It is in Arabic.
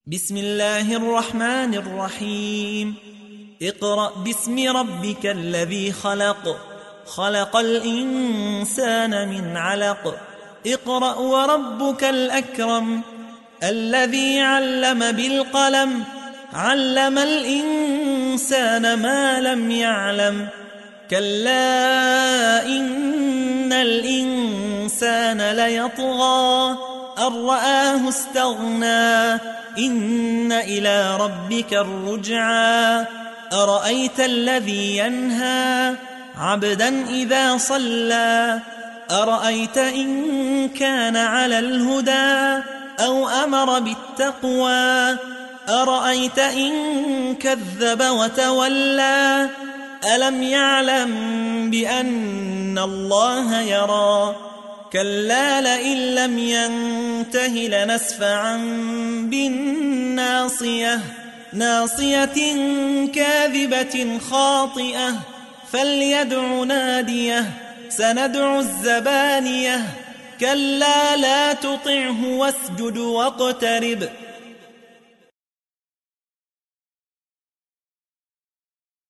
بسم الله الرحمن الرحيم. اقرأ باسم ربك الذي خلق، خلق الإنسان من علق. اقرأ وربك الأكرم الذي علم بالقلم، علم الإنسان ما لم يعلم. كلا إن الإنسان ليطغى أن رآه استغنى، إن إلى ربك الرجعى. أرأيت الذي ينهى عبدا إذا صلى، أرأيت إن كان على الهدى أو أمر بالتقوى، أرأيت إن كذب وتولى. ألم يعلم بأن الله يرى. كلا لئن لم ينته لنسفعا بالناصية، ناصية كاذبة خاطئة، فليدع ناديه. سندع الزبانية. كلا لا تطعه واسجد واقترب.